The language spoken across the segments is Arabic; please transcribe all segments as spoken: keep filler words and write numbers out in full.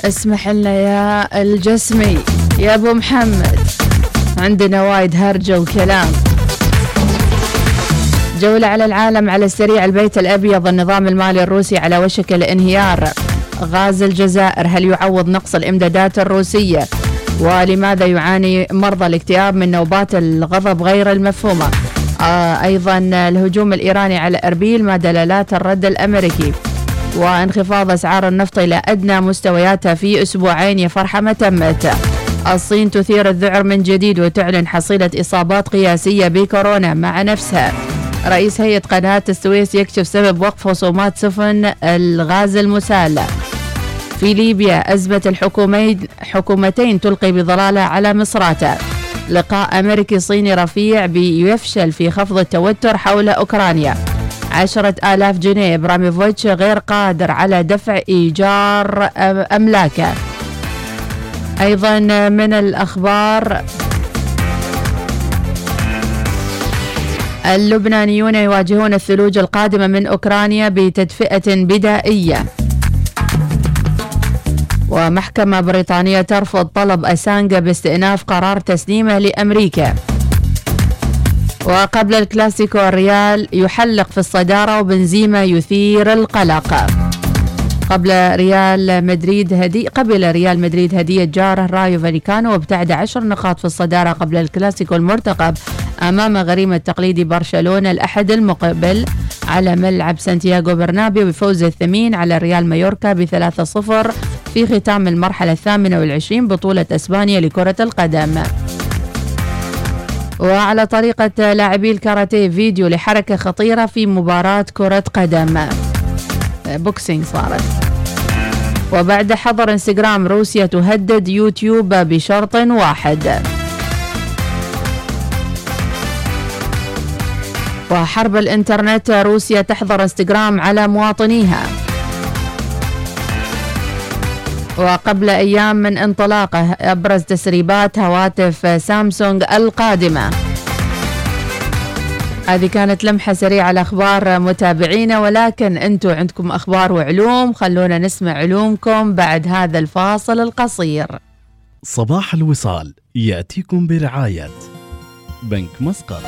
اسمح لنا يا الجسمي يا ابو محمد، عندنا وايد هرجة وكلام. جولة على العالم على السريع. البيت الأبيض: النظام المالي الروسي على وشك الانهيار. غاز الجزائر: هل يعوض نقص الإمدادات الروسية؟ ولماذا يعاني مرضى الاكتئاب من نوبات الغضب غير المفهومة؟ آه أيضا الهجوم الإيراني على أربيل، ما دلالات الرد الأمريكي؟ وانخفاض أسعار النفط إلى أدنى مستوياتها في أسبوعين، يا فرحة ما تمت. الصين تثير الذعر من جديد وتعلن حصيلة إصابات قياسية بكورونا مع نفسها. رئيس هيئة قناة السويس يكشف سبب وقف خصومات سفن الغاز المسال. في ليبيا: أزمة الحكومين حكومتين تلقي بظلالة على مصراتة. لقاء أمريكي صيني رفيع بيفشل في خفض التوتر حول أوكرانيا. عشرة آلاف جنيه، إبراموفيتش غير قادر على دفع إيجار أملاكه. أيضا من الأخبار: اللبنانيون يواجهون الثلوج القادمة من أوكرانيا بتدفئة بدائية. ومحكمة بريطانية ترفض طلب أسانجا باستئناف قرار تسليمه لأمريكا. وقبل الكلاسيكو: الريال يحلق في الصدارة وبنزيما يثير القلق. قبل ريال مدريد هدي قبل ريال مدريد هدية جاره رايو فاليكانو وابتعد عشر نقاط في الصدارة قبل الكلاسيكو المرتقب أمام غريم التقليدي برشلونة الأحد المقبل على ملعب سانتياغو برنابيو بفوز الثمين على ريال مايوركا بثلاثة صفر في ختام المرحلة الثامنة والعشرين بطولة أسبانيا لكرة القدم. وعلى طريقة لاعبي الكاراتيه: فيديو لحركة خطيرة في مباراة كرة قدم، بوكسينج صارت. وبعد حظر انستغرام: روسيا تهدد يوتيوب بشرط واحد. وحرب الانترنت: روسيا تحظر انستغرام على مواطنيها. وقبل أيام من انطلاقه: أبرز تسريبات هواتف سامسونج القادمة. هذه كانت لمحة سريعة على أخبار متابعينا، ولكن أنتم عندكم أخبار وعلوم، خلونا نسمع علومكم بعد هذا الفاصل القصير. صباح الوصال يأتيكم برعاية بنك مسقط.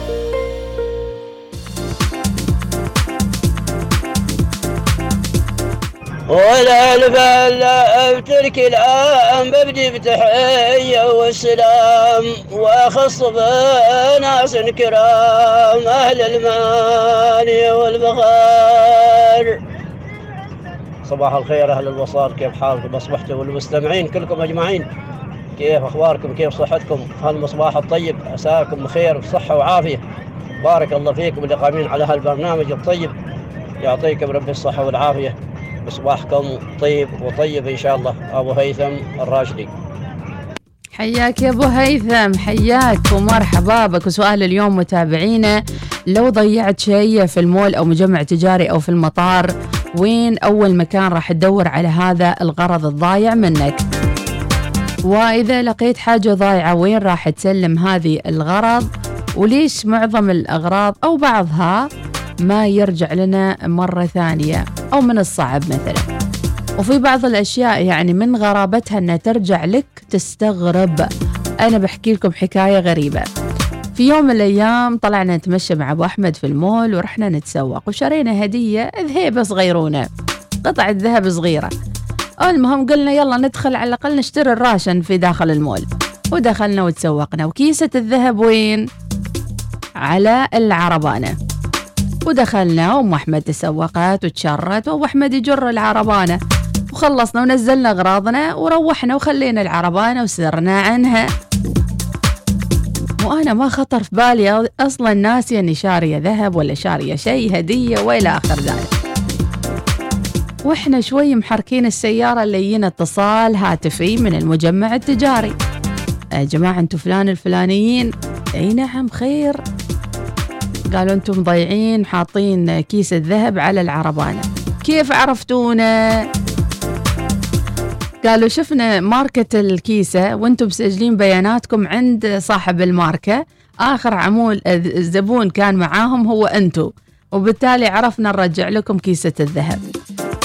ولا البلا بتركي الآن ببدي بتحية والسلام، وأخص بناس كرام أهل المال والبخار. صباح الخير أهل الوصال، كيف حالكم أصبحتوا؟ والمستمعين كلكم أجمعين، كيف أخباركم؟ كيف صحتكم؟ هالمصباح الطيب عساكم بخير وصحة وعافية. بارك الله فيكم اللي قامين على هالبرنامج الطيب، يعطيكم رب الصحة والعافية. مصباحكم طيب وطيب إن شاء الله. أبو هيثم الراشدي. حياك يا أبو هيثم، حياك ومرحبا بك. وسؤال اليوم متابعينا: لو ضيعت شيء في المول أو مجمع تجاري أو في المطار، وين أول مكان راح تدور على هذا الغرض الضايع منك؟ وإذا لقيت حاجة ضايعة، وين راح تسلم هذه الغرض؟ وليش معظم الأغراض أو بعضها ما يرجع لنا مرة ثانية، أو من الصعب مثلا؟ وفي بعض الأشياء يعني من غرابتها أنها ترجع لك تستغرب. أنا بحكي لكم حكاية غريبة. في يوم من الأيام طلعنا نتمشى مع أبو أحمد في المول، ورحنا نتسوق وشرينا هدية ذهيبة صغيرونة، قطعة ذهب صغيرة. المهم قلنا يلا ندخل على الأقل نشتري الراشن في داخل المول، ودخلنا وتسوقنا. وكيسة الذهب وين؟ على العربانة. ودخلنا وأم أحمد تسوقت وتشرت، وأبو أحمد يجر العربانة، وخلصنا ونزلنا أغراضنا وروحنا وخلينا العربانة وسرنا عنها. وأنا ما خطر في بالي أصلا ناسية أني شارية ذهب ولا شارية شيء هدية وإلى آخر ذلك. وإحنا شوي محركين السيارة اللي يجينا اتصال هاتفي من المجمع التجاري: يا جماعة أنتوا فلان الفلانيين؟ أي نعم خير. قالوا أنتم ضايعين حاطين كيس الذهب على العربانة. كيف عرفتونا؟ قالوا شفنا ماركة الكيسة وانتم مسجلين بياناتكم عند صاحب الماركة، آخر عمول الزبون كان معاهم هو أنتم، وبالتالي عرفنا نرجع لكم كيسة الذهب.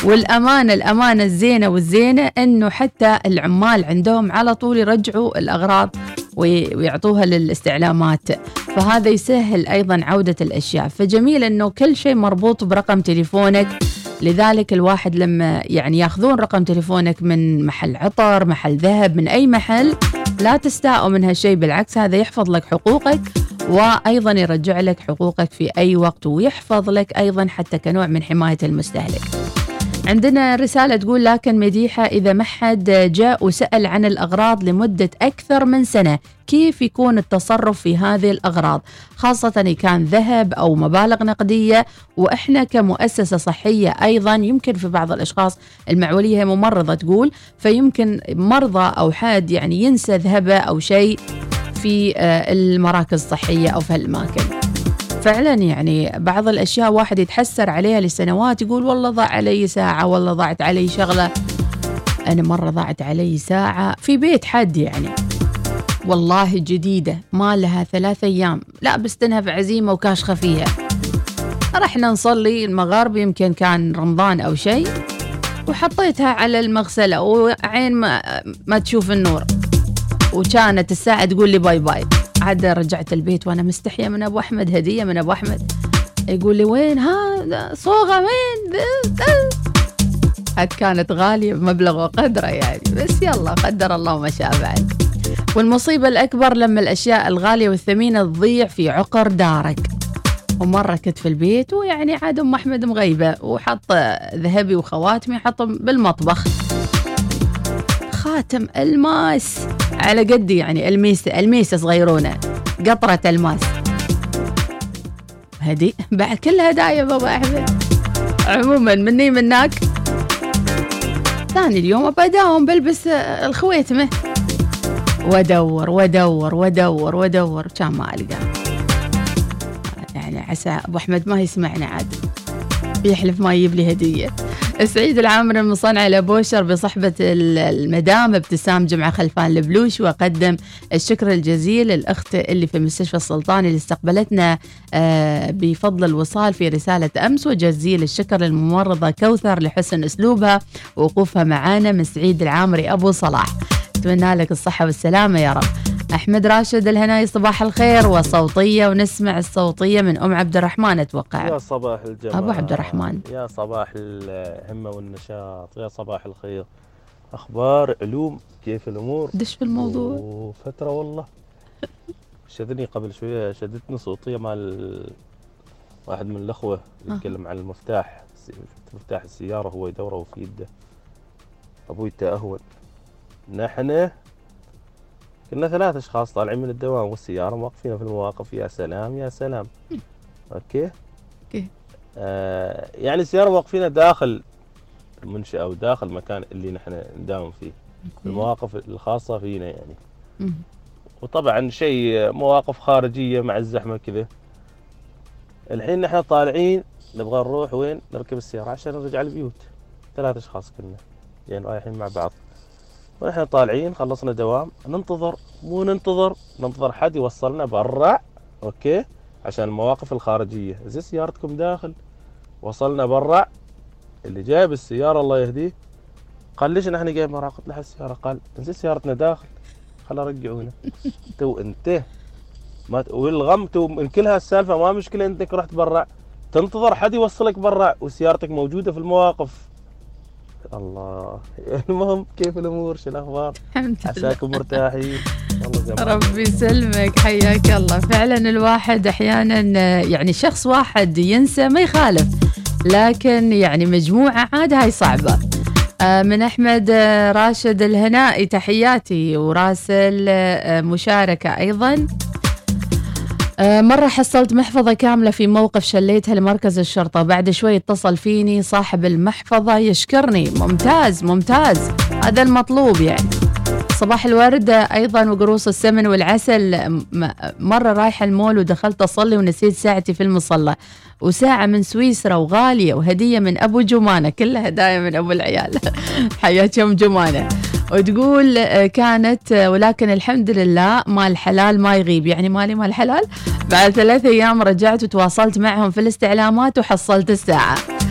والأمانة الأمانة الزينة والزينة أنه حتى العمال عندهم على طول يرجعوا الأغراض ويعطوها للاستعلامات، فهذا يسهل أيضا عودة الأشياء. فجميل أنه كل شيء مربوط برقم تليفونك، لذلك الواحد لما يعني ياخذون رقم تليفونك من محل عطر، محل ذهب، من أي محل، لا تستاءوا من هالشيء، بالعكس هذا يحفظ لك حقوقك وأيضا يرجع لك حقوقك في أي وقت، ويحفظ لك أيضا حتى كنوع من حماية المستهلك. عندنا رسالة تقول: لكن مديحة إذا ما حد جاء وسأل عن الأغراض لمدة أكثر من سنة، كيف يكون التصرف في هذه الأغراض، خاصة إن كان ذهب أو مبالغ نقدية، وإحنا كمؤسسة صحية أيضا يمكن في بعض الأشخاص المعولية هي ممرضة تقول، فيمكن مرضى أو حد يعني ينسى ذهبه أو شيء في المراكز الصحية أو في الأماكن. فعلا يعني بعض الأشياء واحد يتحسر عليها لسنوات، يقول والله ضاع علي ساعة، والله ضاعت علي شغلة. أنا مرة ضاعت علي ساعة في بيت حد يعني والله جديدة ما لها ثلاث أيام، لابستنها في عزيمة وكاشخة فيها. رحنا نصلي المغرب، يمكن كان رمضان أو شيء، وحطيتها على المغسلة وعين ما, ما تشوف النور، وكانت الساعة تقول لي باي باي. عاد رجعت البيت وأنا مستحية من أبو أحمد، هدية من أبو أحمد، يقول لي وين ها صوغة وين؟ هاد كانت غالية بمبلغ وقدره يعني، بس يلا قدر الله ما شاء فعل. والمصيبة الأكبر لما الأشياء الغالية والثمينة تضيع في عقر دارك. ومرة كنت في البيت ويعني عاد أم أحمد مغيبة، وحط ذهبي وخواتمي حطهم بالمطبخ، خاتم الماس على قدي يعني، الميسة الميسة صغيرونة، قطرة الماس، هدي بعد كل هدايا بابا أحمد. عموما مني منك ثاني اليوم أبداهم بلبس الخويتمة، ودور ودور ودور ودور كان ما ألقى. يعني عسى أبو أحمد ما يسمعنا عاد، يحلف ما يجيب لي هدية. سعيد العامر من صنعاء لبوشر بصحبة المدام ابتسام جمعة خلفان البلوش، وقدم الشكر الجزيل للأخت اللي في مستشفى السلطاني اللي استقبلتنا بفضل الوصال في رسالة أمس، وجزيل الشكر للممرضة كوثر لحسن أسلوبها ووقوفها معانا. من سعيد العامري أبو صلاح، أتمنى لك الصحة والسلامة يا رب. أحمد راشد الهناي صباح الخير، وصوتية ونسمع الصوتية من أم عبد الرحمن أتوقع. يا صباح الجمال أبو عبد الرحمن، يا صباح الهمة والنشاط، يا صباح الخير. أخبار علوم، كيف الأمور؟ دش في الموضوع. وفترة والله شدني قبل شوية، شدتني صوتية مال واحد من الأخوة يتكلم عن المفتاح، مفتاح السيارة هو يدوره في يده، أبوي تأهون. نحن كنا ثلاث أشخاص طالعين من الدوام والسيارة موقفين في المواقف. يا سلام يا سلام. أوكي أوكي آه يعني السيارة موقفينها داخل المنشأة أو داخل المكان اللي نحن نداوم فيه، في المواقف الخاصة فينا يعني. م. وطبعا شيء مواقف خارجية مع الزحمة كذا. الحين نحن طالعين نبغى نروح وين؟ نركب السيارة عشان نرجع البيوت. ثلاث أشخاص كنا يعني رايحين مع بعض، ونحن طالعين خلصنا دوام، ننتظر مو ننتظر ننتظر حد يوصلنا برا، اوكي، عشان المواقف الخارجيه. زي سيارتكم داخل، وصلنا برا، اللي جايب السياره الله يهديه قال ليش نحن جايين برا؟ قلت له السياره. قال زي سيارتنا داخل، خلا رجعونا. تو انت ما ت... والغم تو من كل هالسالفه ما مشكله انك رحت برا، تنتظر حد يوصلك برا وسيارتك موجوده في المواقف. الله. المهم كيف الامور؟ شو الاخبار؟ الحمد لله، عساكم مرتاحين. ربي يسلمك، حياك الله. فعلا الواحد احيانا يعني شخص واحد ينسى ما يخالف، لكن يعني مجموعه عاد هاي صعبه. من احمد راشد الهنائي تحياتي، وراسل مشاركه ايضا. مرة حصلت محفظة كاملة في موقف شليتها لمركز الشرطة، بعد شوي اتصل فيني صاحب المحفظة يشكرني. ممتاز ممتاز، هذا المطلوب يعني. صباح الورد أيضا وقروص السمن والعسل. مرة رايحة المول ودخلت أصلي ونسيت ساعتي في المصلى، وساعة من سويسرا وغالية، وهدية من أبو جمانة، كلها هدايا من أبو العيال. حياتهم جمانة. وتقول كانت ولكن الحمد لله مال حلال ما يغيب، يعني مالي مال حلال. بعد ثلاث أيام رجعت وتواصلت معهم في الاستعلامات وحصلت الساعة.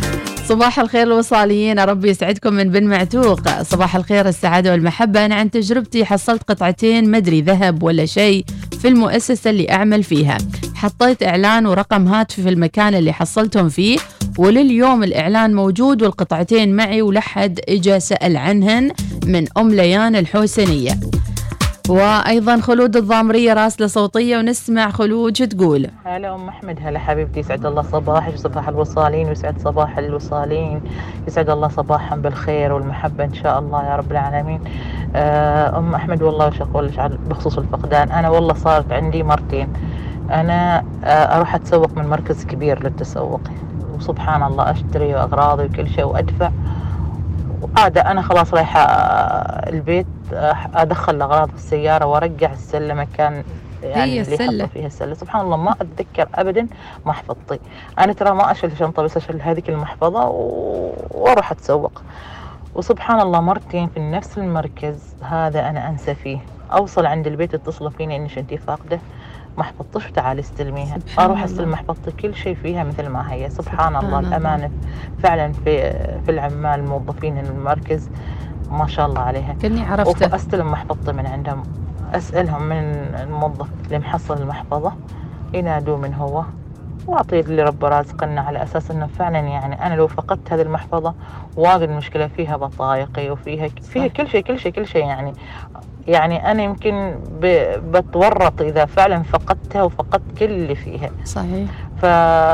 صباح الخير الوصاليين، ربي يسعدكم من بن معتوق. صباح الخير السعادة والمحبة. أنا عن تجربتي حصلت قطعتين مدري ذهب ولا شيء في المؤسسة اللي أعمل فيها، حطيت إعلان ورقم هاتفي في المكان اللي حصلتهم فيه، ولليوم الإعلان موجود والقطعتين معي، ولحد إجا سأل عنهن من أم ليان الحوسنية. وأيضا خلود الضامرية راسلة صوتية، ونسمع خلود شو تقول. هلا أم أحمد، هلا حبيبتي، يسعد الله صباحك وصباح الوصالين، ويسعد صباح الوصالين، يسعد الله صباحهم بالخير والمحبة إن شاء الله يا رب العالمين. أم أحمد والله وش أقول لك بخصوص الفقدان، أنا والله صارت عندي مرتين. أنا أروح أتسوق من مركز كبير للتسوق، وسبحان الله أشتري أغراضي وكل شيء وأدفع، وعادة أنا خلاص رايحة البيت أدخل الأغراض في السيارة وأرجع السلة مكان يعني اللي حطوا فيها السلة. سبحان الله ما أتذكر أبدا محفظتي، أنا ترى ما أشيل شنطة بس أشيل هذيك المحفظة وأروح أتسوق. وسبحان الله مرتين في نفس المركز هذا أنا أنسى فيه، أوصل عند البيت اتصلوا فيني إنش أنتي فاقدة محفظتش وتعالي استلميها، اروح استلم محفظتي كل شيء فيها مثل ما هي. سبحان, سبحان الله الامانه فعلا في في العمال الموظفين المركز ما شاء الله عليها. كني عرفته. استلم محفظتي من عندهم، اسالهم من الموظف اللي محصل المحفظه ينادوا من هو، واعطي اللي رب رازقنا، على اساس انه فعلا يعني انا لو فقدت هذه المحفظه واجد مشكله فيها بطايقي وفيها فيها كل شيء كل شيء كل شيء يعني يعني أنا يمكن بتورط إذا فعلا فقدتها وفقدت كل اللي فيها. صحيح. ف...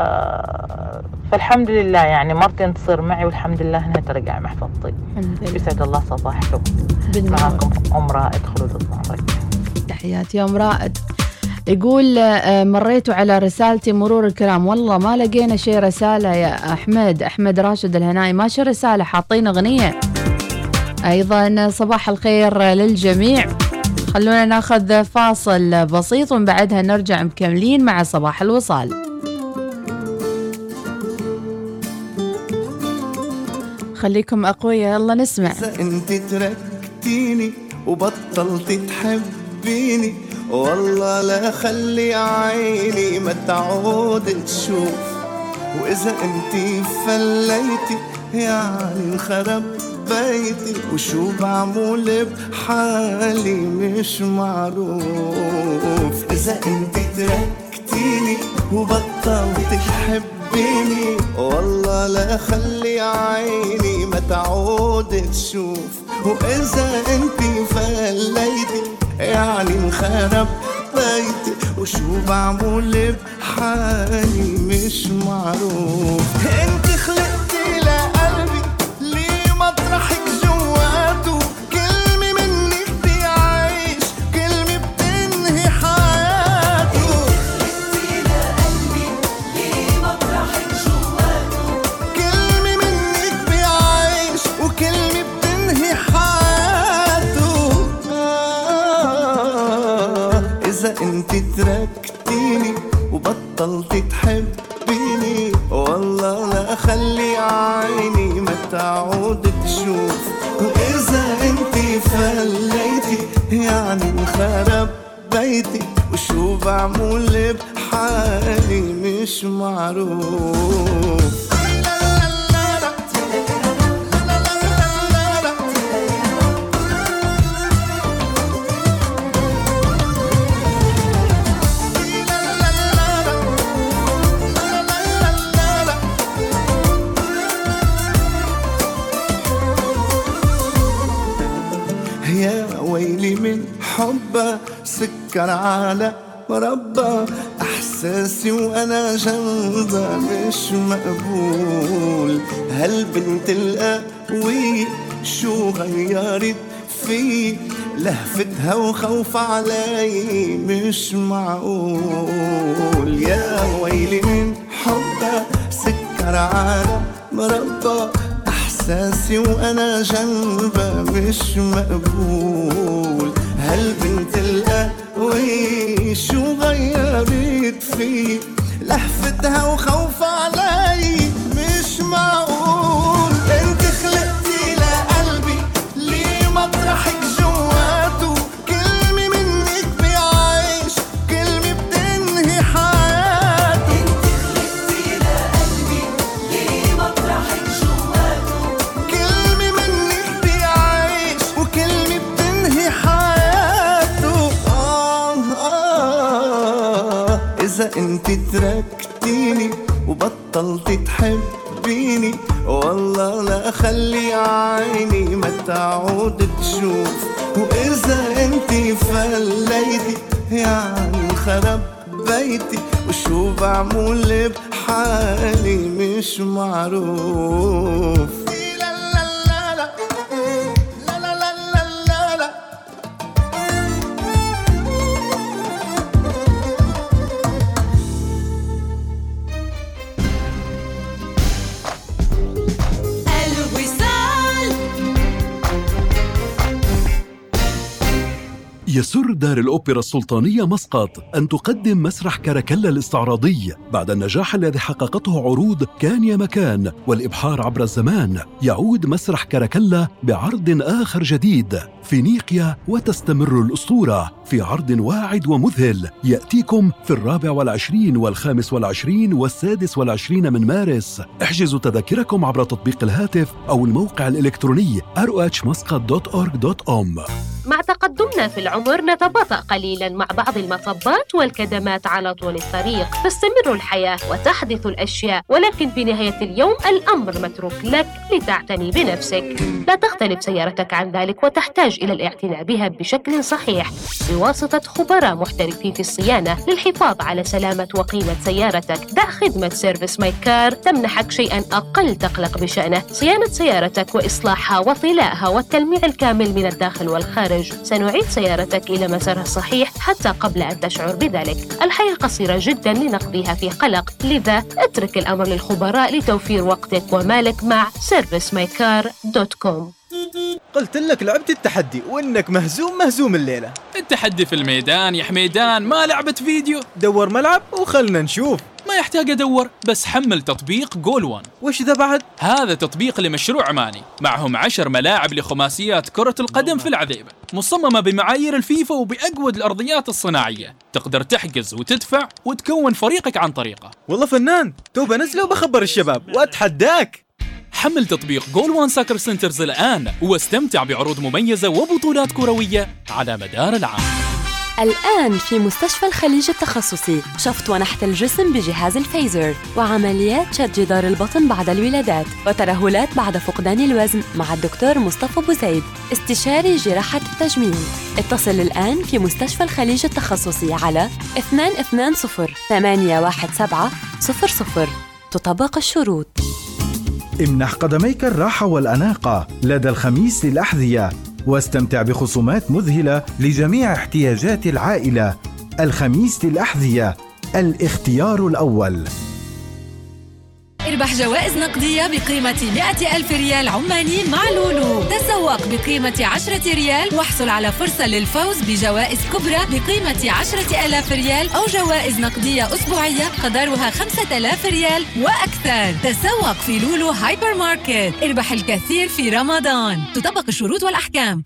فالحمد لله يعني مرتين تصير معي والحمد لله أنها ترجع محفظتي. الحمد لله. يسعد الله صباحكم. معكم أم رائد خلود الضامري. تحياتي يا أم رائد. يقول مريتوا على رسالتي مرور الكرام، والله ما لقينا شيء رسالة يا أحمد. أحمد راشد الهنائي، ما شي رسالة، حاطين أغنية. أيضا صباح الخير للجميع. خلونا ناخذ فاصل بسيط ومن بعدها نرجع مكملين مع صباح الوصال. خليكم أقوياء، يلا نسمع. انت تركتيني وبطلت تحبيني، والله لا خلي عيني ما تعود تشوف، وإذا انت فليتي يعني انخرب بيتي، وشو بعمل بحالي مش معروف. إذا انت تركتيني وبطلت تحبيني، والله لا خلي عيني ما تعود تشوف، وإذا انت فليتي يعني انخرب بيتي، وشو بعمل بحالي مش معروف. انت خلقتي لقلبي ليه مطرحك جواته، كلمة منك بيعيش كلمة بتنهي حياته. خلقتي لقلبي ليه مطرحك جواته، كلمة منك بيعيش وكلمة بتنهي حياته. آه إذا انت تركتيني وبطلت تحبيني، والله لا خلي عيني ما تعود تشوف، وإذا انتي فليتي يعني انخرب بيتي، وشو بعمل بحالي مش معروف. يا ويلي من حبه سكر على مربى، احساسي وانا جنبه مش مقبول. هالبنت القوية شو غيرت في، لهفتها وخوف علي مش معقول. يا ويلي من حبه سكر على مربى، احساسي وانا جنبه مش مقبول. هالبنت القوية شو غيرت فيه، لهفتها وخوف علي مش معقول. انت خلقتي لقلبي ليه مطرحك جواته، كلمة منك بيعيش كلمة بتنهي حياته. انت خلقتي لقلبي ليه مطرحك جواته، إذا انت تركتيني وبطلت تحبيني والله لا خلي عيني ما تعود تشوف. وإذا انت فليتي يعني خرب بيتي وشو بعمل بحالي مش معروف. يسر دار الأوبرا السلطانية مسقط أن تقدم مسرح كراكلا الاستعراضي بعد النجاح الذي حققته عروض كان يا مكان والإبحار عبر الزمان. يعود مسرح كراكلا بعرض آخر جديد فينيقيا وتستمر الأسطورة في عرض واعد ومذهل يأتيكم في الرابع والعشرين والخامس والعشرين والسادس والعشرين من مارس. احجزوا تذاكركم عبر تطبيق الهاتف أو الموقع الإلكتروني آر أو إتش مسقط دوت أورغ دوت أم. مع تقدمنا في العمر نتباطأ قليلاً مع بعض المطبات والكدمات على طول الطريق. تستمر الحياة وتحدث الأشياء، ولكن بنهاية اليوم الأمر متروك لك لتعتني بنفسك. لا تختلف سيارتك عن ذلك وتحتاج إلى الاعتناء بها بشكل صحيح بواسطة خبراء محترفين في الصيانة للحفاظ على سلامة وقيمة سيارتك. دع خدمة سيرفيس ماي كار تمنحك شيئاً أقل تقلق بشأنه، صيانة سيارتك وإصلاحها وطلاءها والتلميع الكامل من الداخل والخارج. سنعيد سيارتك إلى مسارها الصحيح حتى قبل أن تشعر بذلك. الحياة قصيرة جدا لنقضيها في قلق، لذا اترك الأمر للخبراء لتوفير وقتك ومالك مع سيرفيس ماي كار دوت كوم. قلت لك لعبت التحدي وإنك مهزوم مهزوم الليلة. التحدي في الميدان يا حميدان، ما لعبة فيديو. دور ملعب وخلنا نشوف. ما يحتاج أدور، بس حمل تطبيق جول وان. وش ذا بعد؟ هذا تطبيق لمشروع عماني، معهم عشر ملاعب لخماسيات كرة القدم في العذيبة، مصممة بمعايير الفيفا وبأجود الأرضيات الصناعية. تقدر تحجز وتدفع وتكون فريقك عن طريقه. والله فنان، تو بنزله وبخبر الشباب وأتحداك. حمل تطبيق جول وان ساكر سنترز الآن واستمتع بعروض مميزة وبطولات كروية على مدار العام. الآن في مستشفى الخليج التخصصي شفط ونحت الجسم بجهاز الفيزر، وعمليات شد جدار البطن بعد الولادات، وترهلات بعد فقدان الوزن مع الدكتور مصطفى بوزيد، استشاري جراحة التجميل. اتصل الآن في مستشفى الخليج التخصصي على اثنين اثنين صفر ثمانية واحد سبعة صفر صفر. تطبق الشروط. امنح قدميك الراحة والأناقة لدى الخميس للأحذية، واستمتع بخصومات مذهلة لجميع احتياجات العائلة. الخميس للأحذية، الاختيار الأول. اربح جوائز نقدية بقيمة مئة ألف ريال عماني مع لولو. تسوق بقيمة عشرة ريال واحصل على فرصة للفوز بجوائز كبرى بقيمة عشرة آلاف ريال أو جوائز نقدية أسبوعية قدرها خمسة آلاف ريال وأكثر. تسوق في لولو هايبر ماركت، اربح الكثير في رمضان. تطبق الشروط والأحكام.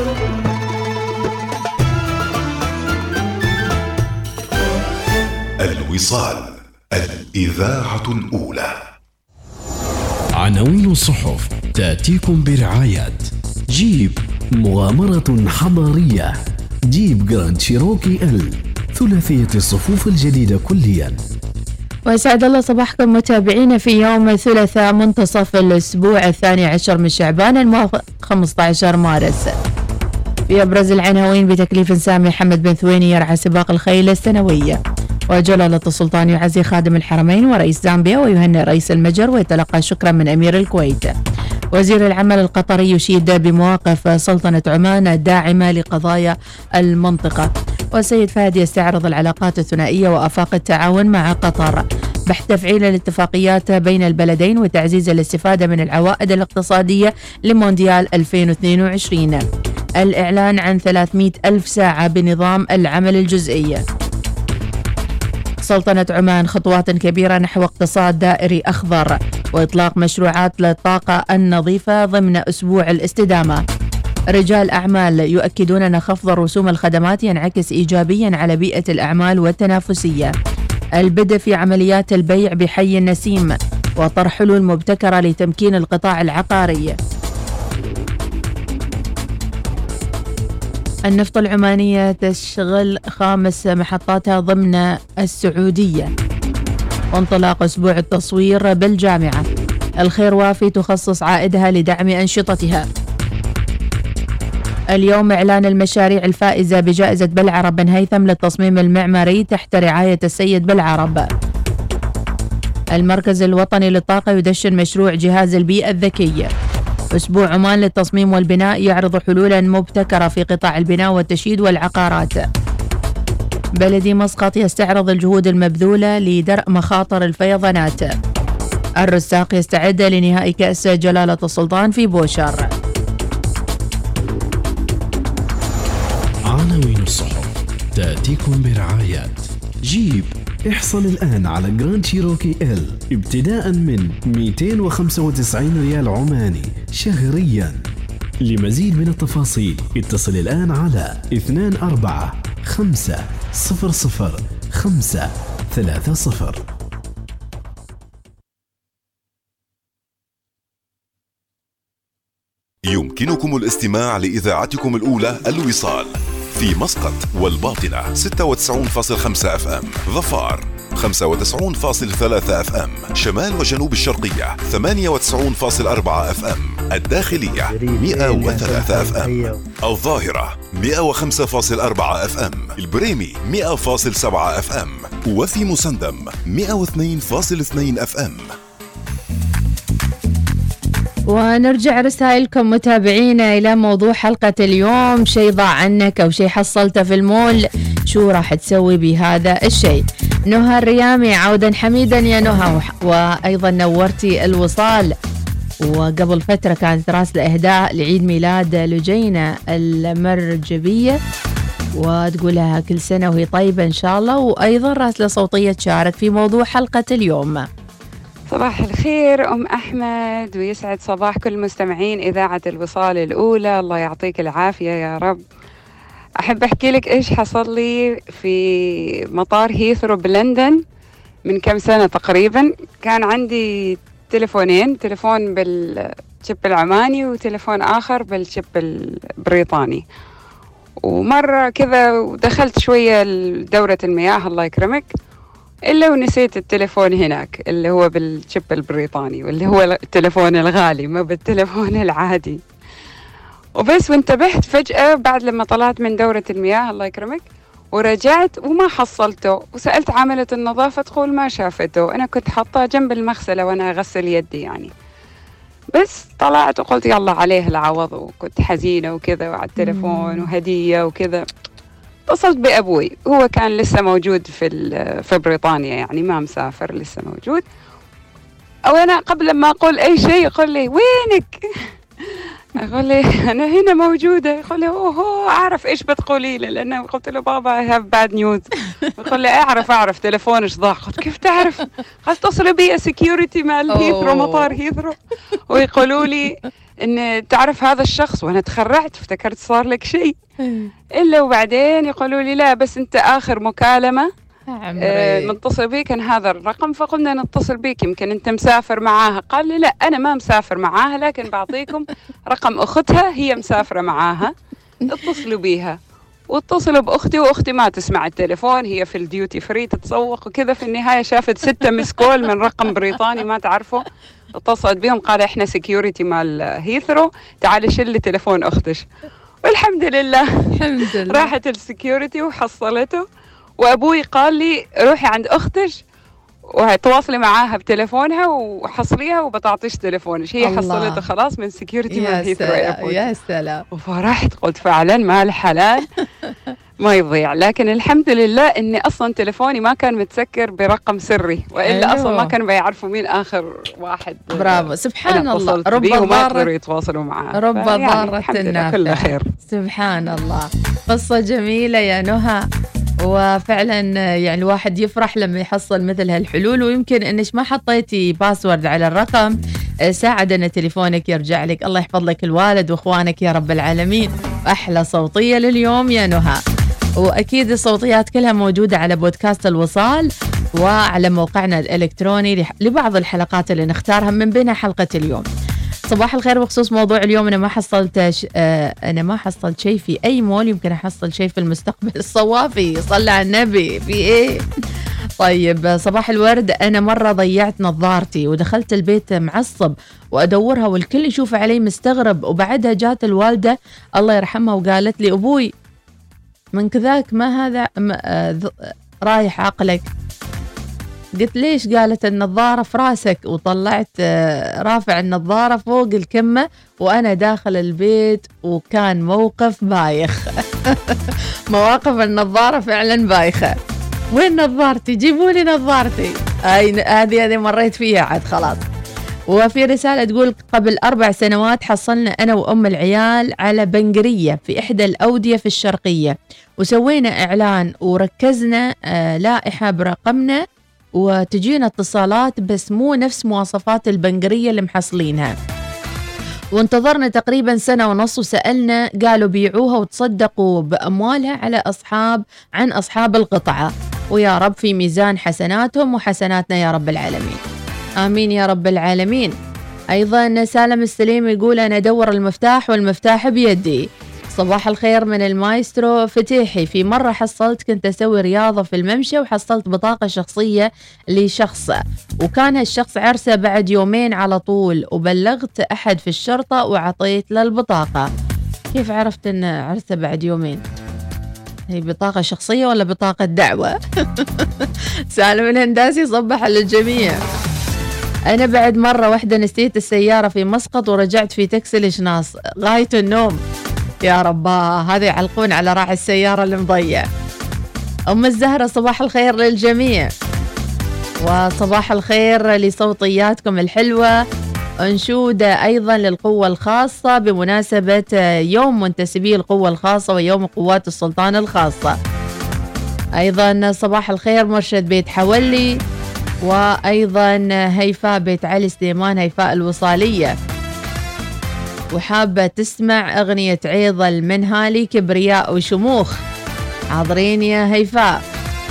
الوصال، الإذاعة الأولى. عناوين الصحف تأتيكم برعاية جيب، مغامرة حضارية. جيب جراند شيروكي ال، ثلاثية الصفوف الجديدة كليا. ويسعد الله صباحكم متابعينا في يوم الثلاثاء منتصف الأسبوع الثاني عشر من شعبان الموافق خمسة عشر مارس. في أبرز العناوين: بتكليف سامي حمد بن ثويني يرعى سباق الخيل السنوية. وجلالة السلطان يعزي خادم الحرمين ورئيس زامبيا ويهنئ رئيس المجر ويتلقى شكرا من أمير الكويت. وزير العمل القطري يشيد بمواقف سلطنة عمان الداعمة لقضايا المنطقة. والسيد فهد يستعرض العلاقات الثنائية وآفاق التعاون مع قطر بحث تفعيل الاتفاقيات بين البلدين وتعزيز الاستفادة من العوائد الاقتصادية لمونديال ألفين واثنين وعشرين. الإعلان عن ثلاثمئة ألف ساعة بنظام العمل الجزئي. سلطنة عمان خطوات كبيرة نحو اقتصاد دائري أخضر وإطلاق مشروعات للطاقة النظيفة ضمن أسبوع الاستدامة. رجال أعمال يؤكدون أن خفض رسوم الخدمات ينعكس إيجابيا على بيئة الأعمال والتنافسية. البدء في عمليات البيع بحي النسيم وطرح حلول مبتكرة لتمكين القطاع العقاري. النفط العمانية تشغل خامس محطاتها ضمن السعودية. وانطلاق أسبوع التصوير بالجامعة. الخير وافي تخصص عائدها لدعم أنشطتها. اليوم إعلان المشاريع الفائزة بجائزة بلعرب بن هيثم للتصميم المعماري تحت رعاية السيد بلعرب. المركز الوطني للطاقة يدشن مشروع جهاز البيئة الذكية. أسبوع عمان للتصميم والبناء يعرض حلولا مبتكرة في قطاع البناء والتشييد والعقارات. بلدي مسقط يستعرض الجهود المبذولة لدرء مخاطر الفيضانات. الرساق يستعد لنهائي كأس جلالة السلطان في بوشر. عناوين الصحف تأتيكم برعاية جيب. احصل الآن على جراند شيروكي إل ابتداء من مئتين وخمسة وتسعين ريال عماني شهريا. لمزيد من التفاصيل اتصل الآن على اثنين أربعة خمسة صفر صفر خمسة ثلاثة صفر. يمكنكم الاستماع لإذاعتكم الأولى الوصال في مسقط والباطنة ستة وتسعين فاصلة خمسة اف ام، ظفار خمسة وتسعين فاصلة ثلاثة اف ام، شمال وجنوب الشرقية ثمانية وتسعين فاصلة أربعة اف ام، الداخلية مئة وثلاثة اف ام، الظاهرة مئة وخمسة فاصلة أربعة اف ام، البريمي مئة فاصلة سبعة اف ام، وفي مسندم مئة واثنين فاصلة اثنين اف ام. ونرجع رسائلكم متابعينا إلى موضوع حلقة اليوم. شيء ضاع عنك أو شيء حصلته في المول، شو راح تسوي بهذا الشيء؟ نهى الريامي، عودا حميدا يا نهى، وأيضا نورتي الوصال. وقبل فترة كانت راسلة إهداء لعيد ميلاد لجينة المرجبية، وتقولها كل سنة وهي طيبة إن شاء الله. وأيضا راسلة صوتية تشارك في موضوع حلقة اليوم. صباح الخير أم أحمد، ويسعد صباح كل مستمعين إذاعة الوصال الأولى، الله يعطيك العافية يا رب. أحب أحكي لك إيش حصل لي في مطار هيثرو بلندن من كم سنة تقريبا. كان عندي تليفونين، تليفون بالشيب العماني وتليفون آخر بالشيب البريطاني. ومرة كذا ودخلت شوية دورة المياه الله يكرمك، إلا ونسيت التليفون هناك اللي هو بالشيب البريطاني، واللي هو التليفون الغالي ما بالتليفون العادي. وبس وانتبهت فجأة بعد لما طلعت من دورة المياه الله يكرمك، ورجعت وما حصلته، وسألت عاملة النظافة تقول ما شافته. أنا كنت حاطاه جنب المغسلة وأنا أغسل يدي يعني. بس طلعت وقلت يلا عليه العوض، وكنت حزينة وكذا وعلى التليفون وهدية وكذا. اتصلت بأبوي، هو كان لسه موجود في في بريطانيا يعني ما مسافر، لسه موجود. أو أنا قبل ما أقول أي شيء يقول لي وينك؟ أقول لي أنا هنا موجودة. يقول لي أوه أعرف إيش بتقولي لي، لأنه قلت له بابا I have bad news. يقول لي أعرف أعرف تليفونش ضاع. قلت كيف تعرف؟ قلت اتصلوا بي سكيورتي مع الهيثرو مطار هيثرو، ويقولوا لي إن تعرف هذا الشخص، وأنا تخرعت افتكرت صار لك شيء. إلا وبعدين يقولوا لي لا بس أنت آخر مكالمة آه نتصل بيك كان هذا الرقم، فقلنا نتصل بيك يمكن أنت مسافر معاها. قال لي لا أنا ما مسافر معاها، لكن بعطيكم رقم أختها هي مسافرة معاها، اتصلوا بيها. واتصلوا بأختي، وأختي ما تسمع التليفون، هي في الديوتي فري تتسوق وكذا. في النهاية شافت ستة مسكول من رقم بريطاني ما تعرفه، اتصلت بهم قال احنا سكيورتي مال هيثرو، تعالي شلي تليفون أختش. والحمد لله الحمد لله راحت السكيورتي وحصلته. وأبوي قال لي روحي عند أختش وتواصلي معاها بتليفونها وحصليها وبتعطيش تليفونش. هي حصلته خلاص من سكيورتي مال هيثرو ايربورت. يا سلام. وفرحت قلت فعلا ما الحلال ما يضيع. لكن الحمد لله اني اصلا تليفوني ما كان متسكر برقم سري، والا أيوه. اصلا ما كانوا بيعرفوا مين اخر واحد. برافو سبحان الله. رب ضارة يتواصلوا معاه. رب ضارة النافع. كل خير سبحان الله. قصة جميلة يا نهى، وفعلا يعني الواحد يفرح لما يحصل مثل هالحلول. ويمكن انك ما حطيتي باسورد على الرقم ساعد ان تليفونك يرجع لك. الله يحفظ لك الوالد واخوانك يا رب العالمين. احلى صوتية لليوم يا نهى. واكيد الصوتيات كلها موجودة على بودكاست الوصال وعلى موقعنا الالكتروني لبعض الحلقات اللي نختارها من بينها حلقة اليوم. صباح الخير. بخصوص موضوع اليوم، أنا ما حصلت ش... آه أنا ما حصلت شيء في أي مول، يمكن أحصل شيء في المستقبل. الصوافي صلى على النبي في إيه. طيب صباح الورد. أنا مرة ضيعت نظارتي ودخلت البيت معصب وأدورها والكل يشوف علي مستغرب، وبعدها جات الوالدة الله يرحمها وقالت لي أبوي من كذاك ما هذا ما رايح عقلك. قلت ليش؟ قالت النظارة في راسك، وطلعت رافع النظارة فوق الكمة وأنا داخل البيت، وكان موقف بايخ. مواقف النظارة فعلا بايخة. وين نظارتي؟ جيبوا لي نظارتي. هذه هذه مريت فيها عاد خلاص. وفي رسالة تقول قبل أربع سنوات حصلنا أنا وأم العيال على بنقرية في إحدى الأودية في الشرقية، وسوينا إعلان وركزنا آه لائحة برقمنا، وتجينا اتصالات بس مو نفس مواصفات البنقرية اللي محصلينها. وانتظرنا تقريبا سنة ونص وسألنا، قالوا بيعوها وتصدقوا بأموالها على أصحاب عن أصحاب القطعة، ويا رب في ميزان حسناتهم وحسناتنا يا رب العالمين. آمين يا رب العالمين. أيضا سالم السليم يقول أنا أدور المفتاح والمفتاح بيدي. صباح الخير من المايسترو فتيحي. في مرة حصلت كنت أسوي رياضة في الممشى وحصلت بطاقة شخصية لشخص، وكان هالشخص عرسه بعد يومين على طول، وبلغت أحد في الشرطة وعطيت له البطاقة. كيف عرفت أن عرسه بعد يومين؟ هي بطاقة شخصية ولا بطاقة دعوة؟ سالم الهنداسي صبح على الجميع. أنا بعد مرة واحدة نسيت السيارة في مسقط ورجعت في تاكسي الإشناص، غاية النوم. يا رباه هذا يعلقون على راعي السيارة اللي مضيع. أم الزهرة صباح الخير للجميع، وصباح الخير لصوتياتكم الحلوة. أنشودة أيضا للقوة الخاصة بمناسبة يوم منتسبي القوة الخاصة ويوم قوات السلطان الخاصة. أيضا صباح الخير مرشد بيت حولي، وأيضا هيفاء بيت علي سليمان، هيفاء الوصالية، وحابة تسمع أغنية عيض المنهالي كبرياء وشموخ. حاضرين يا هيفاء.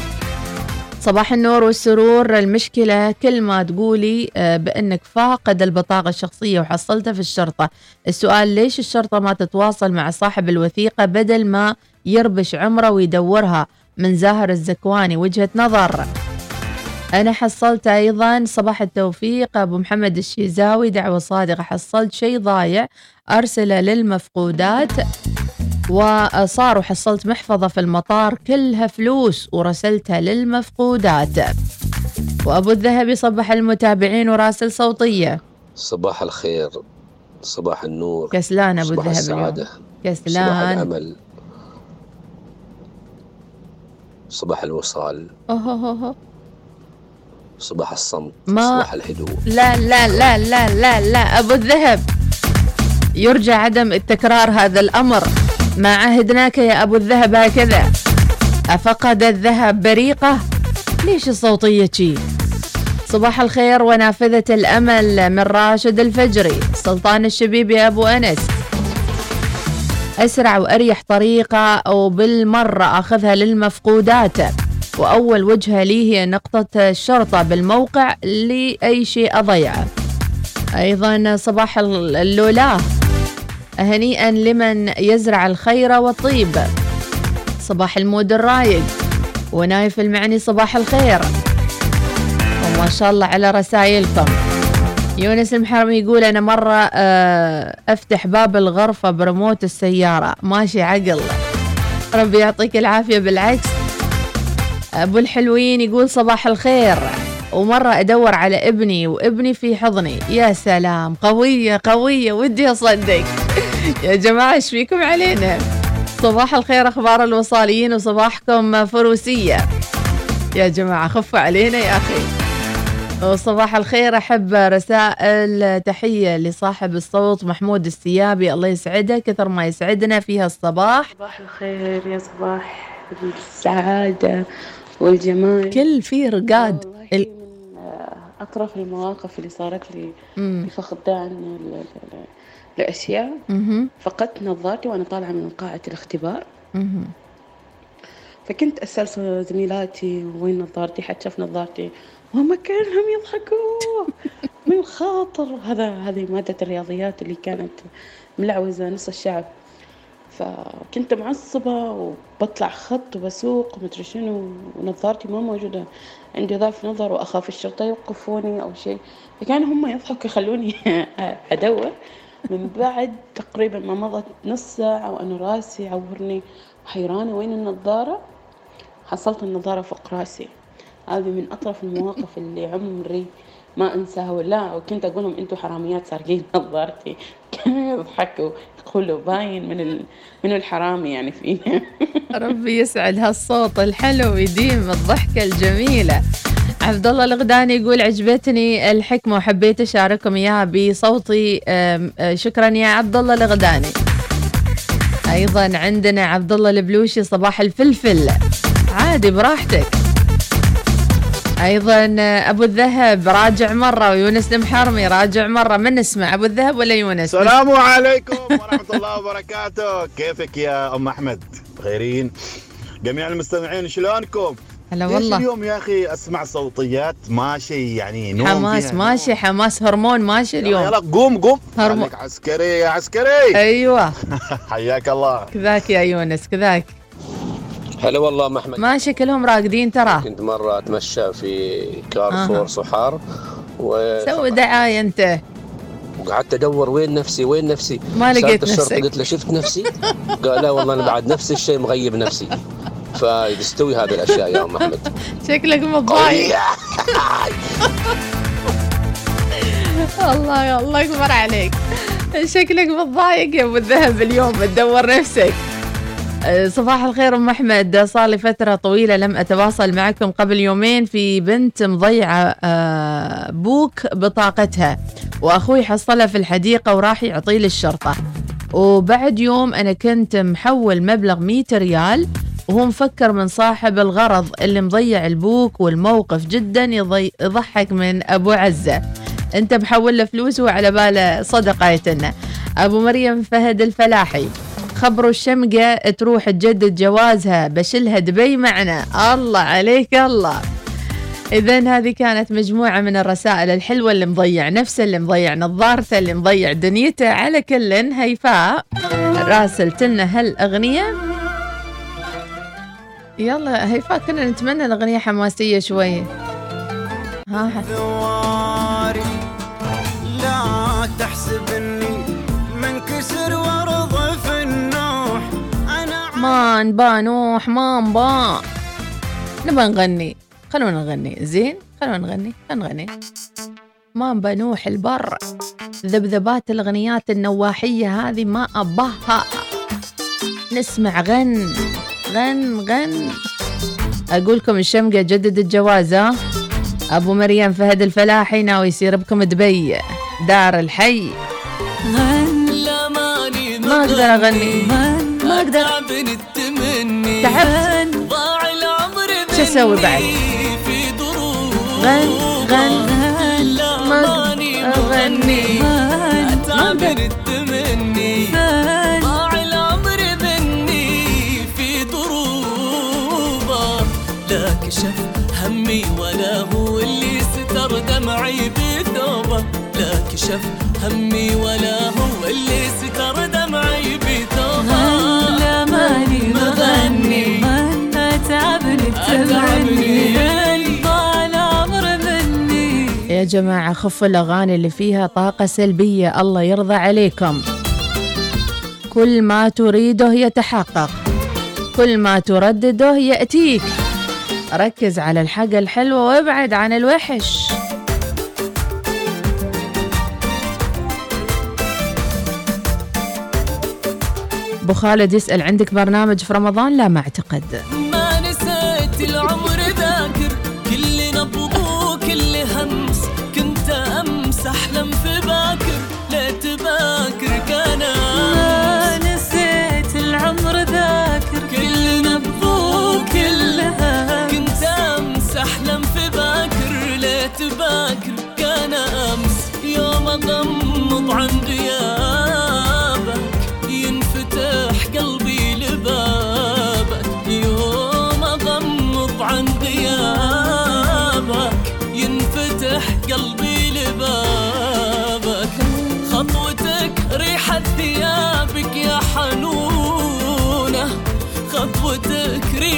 صباح النور والسرور. المشكلة كل ما تقولي بأنك فاقد البطاقة الشخصية وحصلتها في الشرطة. السؤال ليش الشرطة ما تتواصل مع صاحب الوثيقة بدل ما يربش عمره ويدورها؟ من زاهر الزكواني وجهة نظر. أنا حصلت أيضا صباح التوفيق أبو محمد الشيزاوي، دعوة صادقة. حصلت شيء ضايع أرسله للمفقودات، وصار وحصلت محفظة في المطار كلها فلوس ورسلتها للمفقودات. وأبو الذهبي صبح المتابعين وراسل صوتية. صباح الخير، صباح النور، كسلان أبو الذهبي، صباح السعادة، كسلان، صباح الأمل، صباح الوصال، أوه صباح الصمت، ما... صباح الهدوء. لا لا لا لا لا لا أبو الذهب، يرجى عدم التكرار هذا الأمر. ما عهدناك يا أبو الذهب هكذا. أفقد الذهب بريقة؟ ليش الصوتية شي؟ صباح الخير ونافذة الأمل من راشد الفجري. سلطان الشبيب يا أبو أنس. أسرع وأريح طريقة وبالمرة أخذها للمفقودات، وأول وجهة لي هي نقطة الشرطة بالموقع لأي شيء أضيعه. أيضا صباح اللولاه، هنيئا لمن يزرع الخير والطيب. صباح المود الرايق. ونايف المعني صباح الخير، وما شاء الله على رسائلكم. يونس المحرمي يقول أنا مرة أفتح باب الغرفة برموت السيارة، ماشي عقل، ربي يعطيك العافية. بالعكس. أبو الحلوين يقول صباح الخير، ومرة أدور على ابني وابني في حضني. يا سلام، قوية قوية، ودي أصدق. يا جماعة ايش فيكم علينا؟ صباح الخير أخبار الوصاليين، وصباحكم فروسية يا جماعة، خفوا علينا يا أخي. وصباح الخير. أحب رسائل تحية لصاحب الصوت محمود السيابي، الله يسعده كثر ما يسعدنا فيها الصباح. صباح الخير، يا صباح السعادة والجمال. كل في رقاد ال... من أطرف المواقف اللي صارت لي في فقدان الأشياء. مم. فقدت نظارتي وأنا طالعة من قاعة الاختبار. مم. فكنت أسأل زميلاتي وين نظارتي، حد شاف نظارتي، وهم كلهم يضحكوا من الخاطر هذا هذه مادة الرياضيات اللي كانت ملعوزة نص الشعب. فكنت معصبة وبطلع خط وبسوق ومدري شنو، ونظارتي ما موجودة عندي ضعف نظر، وأخاف الشرطة يوقفوني أو شيء، فكانوا هم يضحكوا يخلوني أدور. من بعد تقريبا ما مضت نص ساعة وأنا راسي يعورني وحيرانة وين النظارة، حصلت النظارة فوق راسي. هذه من أطرف المواقف اللي عمري ما أنساها. ولا وكنت أقول لهم أنتوا حراميات سارقين نظارتي، كانوا يضحكوا يقولوا باين من ال... من الحرامي يعني فينا. ربي يسعد هالصوت الحلو ويديم الضحكة الجميلة. عبد الله الغداني يقول عجبتني الحكمة وحبيت أشارككم إياها بصوتي. شكرا يا عبد الله الغداني. أيضا عندنا عبد الله البلوشي صباح الفلفل، عادي براحتك. أيضا أبو الذهب راجع مرة، ويونس المحرمي راجع مرة. من نسمع أبو الذهب ولا يونس؟ السلام عليكم ورحمة الله وبركاته. كيفك يا أم أحمد؟ بخيرين جميع المستمعين، شلونكم؟ هلا والله. اليوم يا أخي أسمع صوتيات ماشي يعني نوم حماس ماشي، حماس هرمون ماشي اليوم. يلا قوم قوم هرمون عسكري يا عسكري. أيوة حياك الله. كذاك يا يونس كذاك. هلا والله ام احمد. ماشي كلهم راقدين ترى. كنت مره اتمشى في كارفور آه. صحار و سوي دعايه انت. وقعدت ادور وين نفسي وين نفسي ما لقيت نفسك. قلت له شفت نفسي؟ قال لا والله انا بعد نفس الشيء مغيب نفسي. فيستوي هذه الاشياء يا ام احمد. شكلك متضايق. الله الله اكبر عليك، شكلك متضايق يا ابو الذهب اليوم تدور نفسك. صباح الخير ام احمد، صار لي فتره طويله لم اتواصل معكم. قبل يومين في بنت مضيعه بوك بطاقتها، واخوي حصلها في الحديقه وراح يعطيه للشرطه، وبعد يوم انا كنت محول مبلغ مية ريال، وهو مفكر من صاحب الغرض اللي مضيع البوك. والموقف جدا يضحك من ابو عزه، انت محول له فلوس وعلى باله صدقه يتنا. ابو مريم فهد الفلاحي، خبروا الشمقة تروح تجدد جوازها، بشلها دبي معنا. الله عليك الله. إذن هذه كانت مجموعة من الرسائل الحلوة، اللي مضيع نفسه، اللي مضيع نظارته، اللي مضيع دنيته. على كل هيفاء راسلت لنا هالأغنية. يلا هيفاء كنا نتمنى الأغنية حماسية شوية. ها ثواري لا تحسب اني منكسر وارض في النوح. انا ما نبا نوح ما نبا نبا نغني. خلونا نغني زين، خلونا نغني خلونا نغني ما نبا نوح البر. ذبذبات الأغنيات النواحية هذه ما أباها. نسمع غن غن غن. أقولكم الشمقة جدد الجوازة. أبو مريم فهد الفلاحي ناوي يصير بكم دبي دار الحي. ما أقدر أغني، ما أقدر، تعبت. شو أسوي بعد؟ غن غن ما أغني، ما أقدر. لا كشف همي ولا هو اللي ستر دمعي بثوبه. لا كشف همي ولا هو اللي ستر دمعي بثوبه. لا ماني مغني، أتعبني تتعبني، ضاع العمر مني. يا جماعة خفوا الأغاني اللي فيها طاقة سلبية، الله يرضى عليكم. كل ما تريده يتحقق، كل ما تردده يأتيك. ركز على الحاجة الحلوة وابعد عن الوحش. أبو خالد يسأل عندك برنامج في رمضان؟ لا ما أعتقد. ما نسيت العمر ذاكر، كل نبض وكل همس، كنت أمس أحلم في باكر، ليت باكر كان. ما نسيت العمر ذاكر، كل نبض وكل همس، كنت أمس أحلم في باكر، ليت باكر كان أمس. يوم أغمض عن غيابك ينفتح قلبي لبابك، يوم أغمض عن غيابك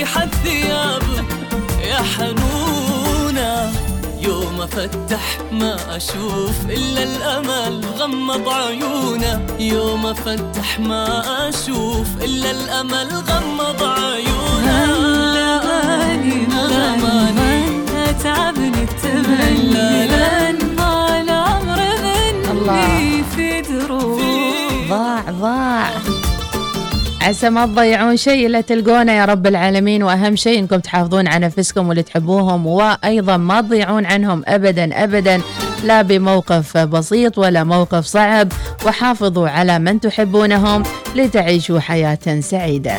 ريحة ثيابك يا حنونة. يوم افتح ما اشوف الا الامل غمض عيونه. يوم افتح ما اشوف الا الامل غمض عيونه. لماني لماني تعبني التمني لان ما العمر مني في دروب. ضاع ضاع. عسى ما تضيعون شيء إلا تلقونه يا رب العالمين. وأهم شيء إنكم تحافظون على نفسكم واللي تحبوهم، وأيضا ما تضيعون عنهم أبدا أبدا، لا بموقف بسيط ولا موقف صعب. وحافظوا على من تحبونهم لتعيشوا حياة سعيدة.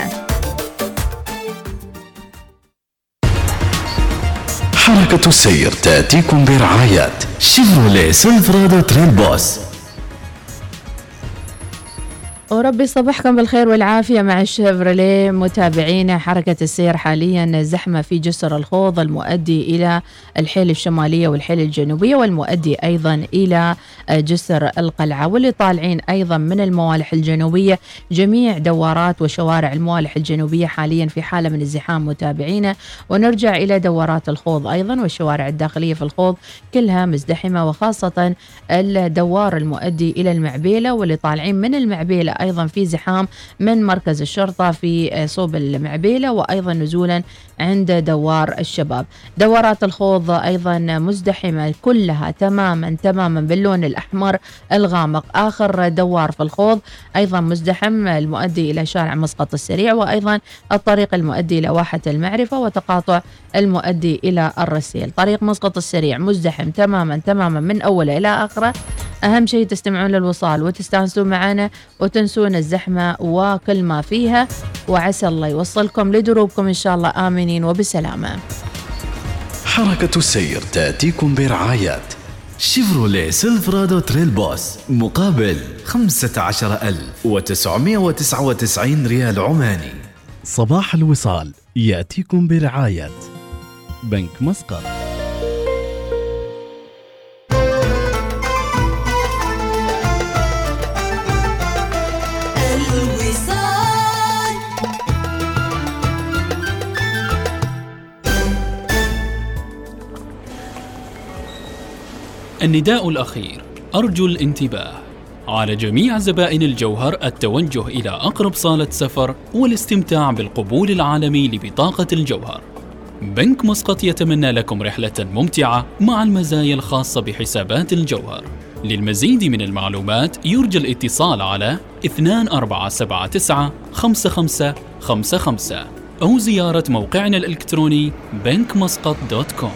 حركة السير تأتيكم برعاية شيفروليه سيلفرادو تريل بوس. وربي صبحكم بالخير والعافية مع الشيفروليه. متابعينا، حركة السير حاليا زحمة في جسر الخوض المؤدي إلى الحيل الشمالية والحيل الجنوبية، والمؤدي أيضا إلى جسر القلعة، واللي طالعين أيضا من الموالح الجنوبية. جميع دوارات وشوارع الموالح الجنوبية حاليا في حالة من الزحام متابعينا. ونرجع إلى دوارات الخوض أيضا والشوارع الداخلية في الخوض كلها مزدحمة، وخاصة الدوار المؤدي إلى المعبيلة، واللي طالعين من المعبيلة أيضا في زحام من مركز الشرطة في صوب المعبيلة، وأيضا نزولا عند دوار الشباب. دوارات الخوض أيضا مزدحمة كلها تماما تماما باللون الأحمر الغامق. آخر دوار في الخوض أيضا مزدحم، المؤدي إلى شارع مسقط السريع، وأيضا الطريق المؤدي إلى واحة المعرفة، وتقاطع المؤدي إلى الرسيل. طريق مسقط السريع مزدحم تماما تماما من أوله إلى آخره. أهم شيء تستمعون للوصال وتستانسون معنا وتنسون الزحمة وكل ما فيها، وعسى الله يوصلكم لدروبكم إن شاء الله آمنين وبسلامة. حركة السير تأتيكم برعاية شيفروليه سيلفرادو تريل بوس مقابل خمسة عشر ألف وتسعمائة وتسعة وتسعين ريال عماني. صباح الوصال يأتيكم برعاية بنك مسقط. النداء الأخير، أرجو الانتباه على جميع زبائن الجوهر التوجه إلى أقرب صالة سفر والاستمتاع بالقبول العالمي لبطاقة الجوهر. بنك مسقط يتمنى لكم رحلة ممتعة مع المزايا الخاصة بحسابات الجوهر. للمزيد من المعلومات يرجى الاتصال على اثنين أربعة سبعة تسعة خمسة خمسة خمسة خمسة أو زيارة موقعنا الإلكتروني بنك مسقط دوت كوم.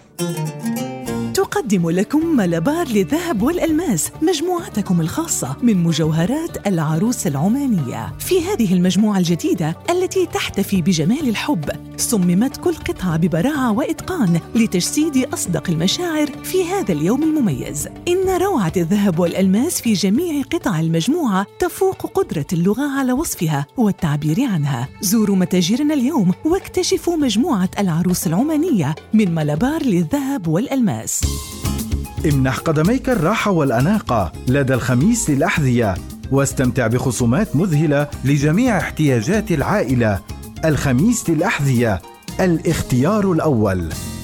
تقدم لكم ملابار للذهب والألماس، مجموعتكم الخاصة من مجوهرات العروس العمانية. في هذه المجموعة الجديدة التي تحتفي بجمال الحب، صممت كل قطعة ببراعة وإتقان لتجسيد أصدق المشاعر في هذا اليوم المميز. إن روعة الذهب والألماس في جميع قطع المجموعة تفوق قدرة اللغة على وصفها والتعبير عنها. زوروا متاجرنا اليوم واكتشفوا مجموعة العروس العمانية من ملابار للذهب والألماس. امنح قدميك الراحة والأناقة لدى الخميس للأحذية، واستمتع بخصومات مذهلة لجميع احتياجات العائلة. الخميس للأحذية، الاختيار الأول.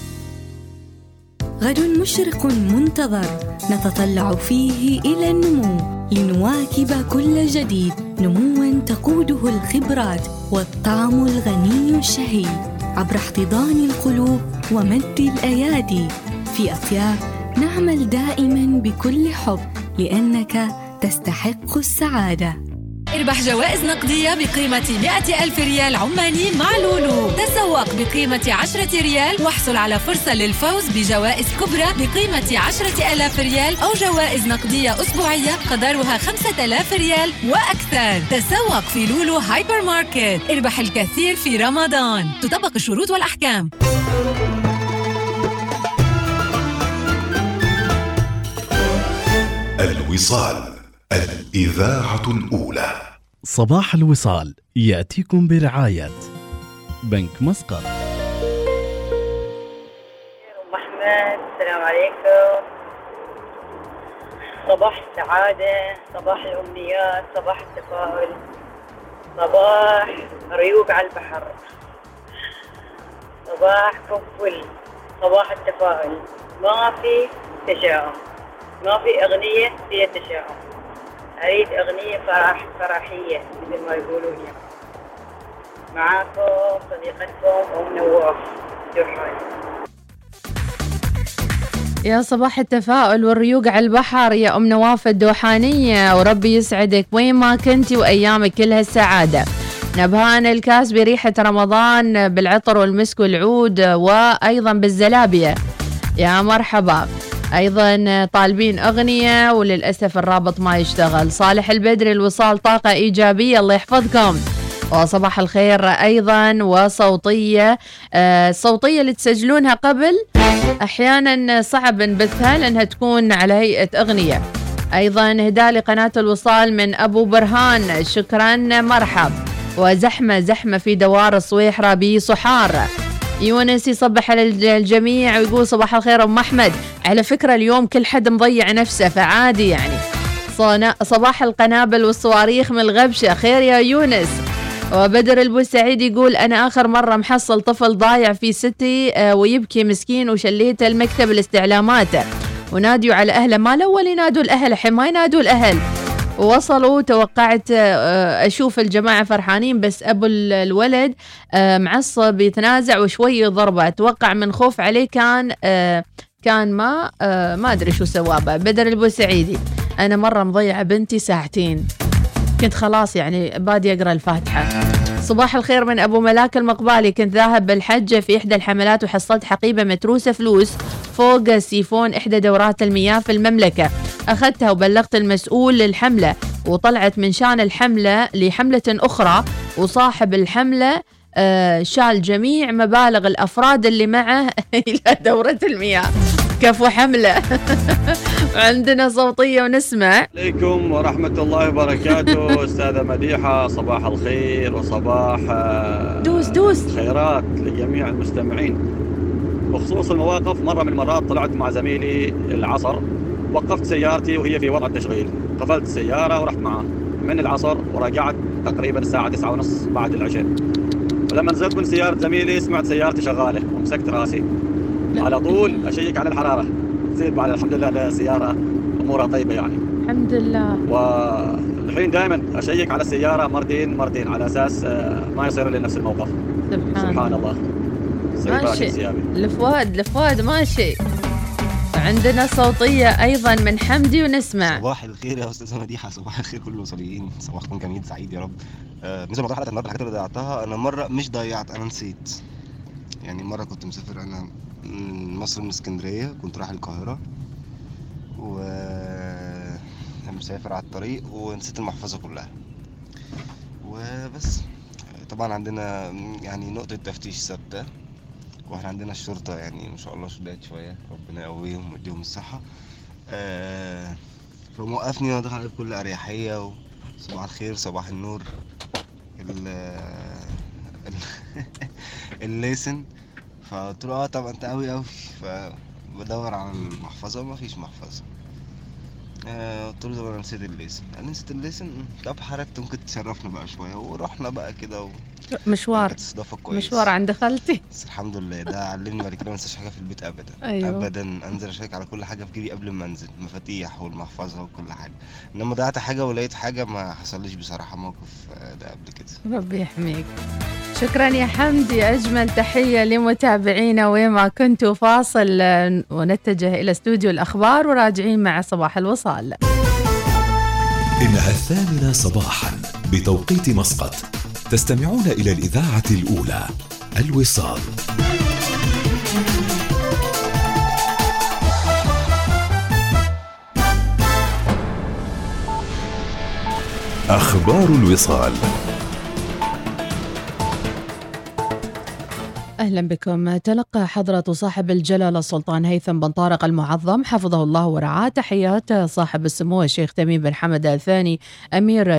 غد مشرق منتظر نتطلع فيه إلى النمو لنواكب كل جديد، نمواً تقوده الخبرات والطعم الغني الشهي عبر احتضان القلوب ومد الأيادي. في أطياب نعمل دائماً بكل حب لأنك تستحق السعادة. اربح جوائز نقدية بقيمة مئة ألف ريال عماني مع لولو. تسوق بقيمة عشرة ريال واحصل على فرصة للفوز بجوائز كبرى بقيمة عشرة آلاف ريال أو جوائز نقدية أسبوعية قدرها خمسة آلاف ريال وأكثر. تسوق في لولو هايبر ماركت، اربح الكثير في رمضان. تطبق الشروط والأحكام. الوصال، الإذاعة الأولى. صباح الوصال يأتيكم برعاية بنك مسقط. أم أحمد، السلام عليكم. صباح السعادة، صباح الأمنيات، صباح التفاؤل، صباح ريوق على البحر. صباحكم فل، صباح التفاؤل، ما في تشاؤم، ما في أغنية فيها تشاؤم. أريد أغنية فرح فرحية مثل ما يقولوا لي. معاكم صديقتكم أم نواف جرحاني. يا صباح التفاؤل والريوق على البحر يا أم نواف الدوحانية، وربي يسعدك وين ما كنتي وأيامك كلها السعادة. نبهان الكاس بريحة رمضان بالعطر والمسك والعود وأيضا بالزلابية، يا مرحبا. أيضا طالبين أغنية وللأسف الرابط ما يشتغل. صالح البدري الوصال طاقة إيجابية، الله يحفظكم. وصباح الخير أيضا وصوتية، آه الصوتية اللي تسجلونها قبل أحيانا صعب نبثها لأنها تكون على هيئة أغنية. أيضا هداء لقناة الوصال من أبو برهان، شكرا مرحب. وزحمة زحمة في دوار الصويحرة بصحار. يونس يصبح على الجميع ويقول صباح الخير أم أحمد. على فكرة اليوم كل حد مضيع نفسه فعادي يعني. صباح القنابل والصواريخ من الغبشة، خير يا يونس. وبدر البوسعيد يقول أنا آخر مرة محصل طفل ضايع في ستي ويبكي مسكين وشليته المكتب الاستعلامات وناديوا على أهله، ما الأول ينادوا الأهل الحين ما ينادوا الأهل. ووصلوا توقعت أشوف الجماعة فرحانين بس أبو الولد معصب يتنازع وشوي ضربة، أتوقع من خوف عليه كان كان ما ما أدري شو سوابه. بدر البوسعيدي أنا مرة مضيعة بنتي ساعتين كنت خلاص يعني بادي أقرأ الفاتحة. صباح الخير من أبو ملاك المقبالي، كنت ذاهب بالحجة في إحدى الحملات وحصلت حقيبة متروسة فلوس فوق سيفون إحدى دورات المياه في المملكة، أخذتها وبلغت المسؤول للحملة وطلعت من شان الحملة لحملة أخرى، وصاحب الحملة آه شال جميع مبالغ الأفراد اللي معه إلى دورة المياه. كفو حملة. عندنا صوتية ونسمع. عليكم ورحمة الله وبركاته. أستاذة مديحة صباح الخير وصباح دوس دوس خيرات لجميع المستمعين. بخصوص المواقف، مرة من المرات طلعت مع زميلي العصر، وقفت سيارتي وهي في وضع التشغيل، قفلت السيارة ورحت معاه من العصر ورجعت تقريبا الساعة تسعة ونص بعد العشاء. ولما نزلت من سيارة زميلي سمعت سيارتي شغالة ومسكت راسي على طول أشيك على الحرارة، زيد بعد الحمد لله السيارة أمورها طيبة يعني الحمد لله. والحين دائما أشيك على السيارة مرتين مرتين على أساس ما يصير لي نفس الموقف. سبحان, سبحان الله. ماشي الفؤاد الفؤاد ماشي. عندنا صوتية أيضا من حمدي ونسمع. صباح الخير يا أستاذة مديحة، صباح الخير كل الوصاليين، صباحكم جميل سعيد يا رب. آه بالنسبة لموضوع حلقة النهارده الحاجات اللي ضيعتها، أنا مرة مش ضيعت أنا نسيت يعني. مرة كنت مسافر أنا من مصر من اسكندرية، كنت رايح القاهرة و مسافر على الطريق ونسيت المحفظة كلها وبس. طبعا عندنا يعني نقطة تفتيش ثابتة، واحنا عندنا الشرطة يعني ما شاء الله شداد شوية، ربنا يقويهم ويديهم الصحة. آه فموقفني وانا داخل بكل أريحية، وصباح الخير صباح النور ال الليسن. فقلت له اه طبعا انت قوي قوي، فبدور على المحفظة ما فيش محفظة. آه قلت له انا نسيت الليسن، قال نسيت الليسن. طب حركت ممكن تشرفنا بقى شوية، ورحنا بقى كده و... مشوار مشوار عند خالتي. بس الحمد لله ده علمني بعد كده ما انساش حاجه في البيت ابدا. أيوة. ابدا انزل اشيك على كل حاجه في جيبي قبل ما انزل، مفاتيح والمحفظه وكل حاجه. انما ضيعت حاجه ولقيت حاجه ما حصليش بصراحه موقف ده قبل كده. ربي يحميك. شكرا يا حمدي، اجمل تحيه لمتابعينا وين ما كنتوا. فاصل ونتجه الى استوديو الاخبار وراجعين مع صباح الوصال. انها الثامنه صباحا بتوقيت مسقط. تستمعون إلى الإذاعة الأولى الوصال. أخبار الوصال. أهلا بكم. تلقى حضرة صاحب الجلالة السلطان هيثم بن طارق المعظم حفظه الله ورعاه تحيات صاحب السمو الشيخ تميم بن حمد الثاني أمير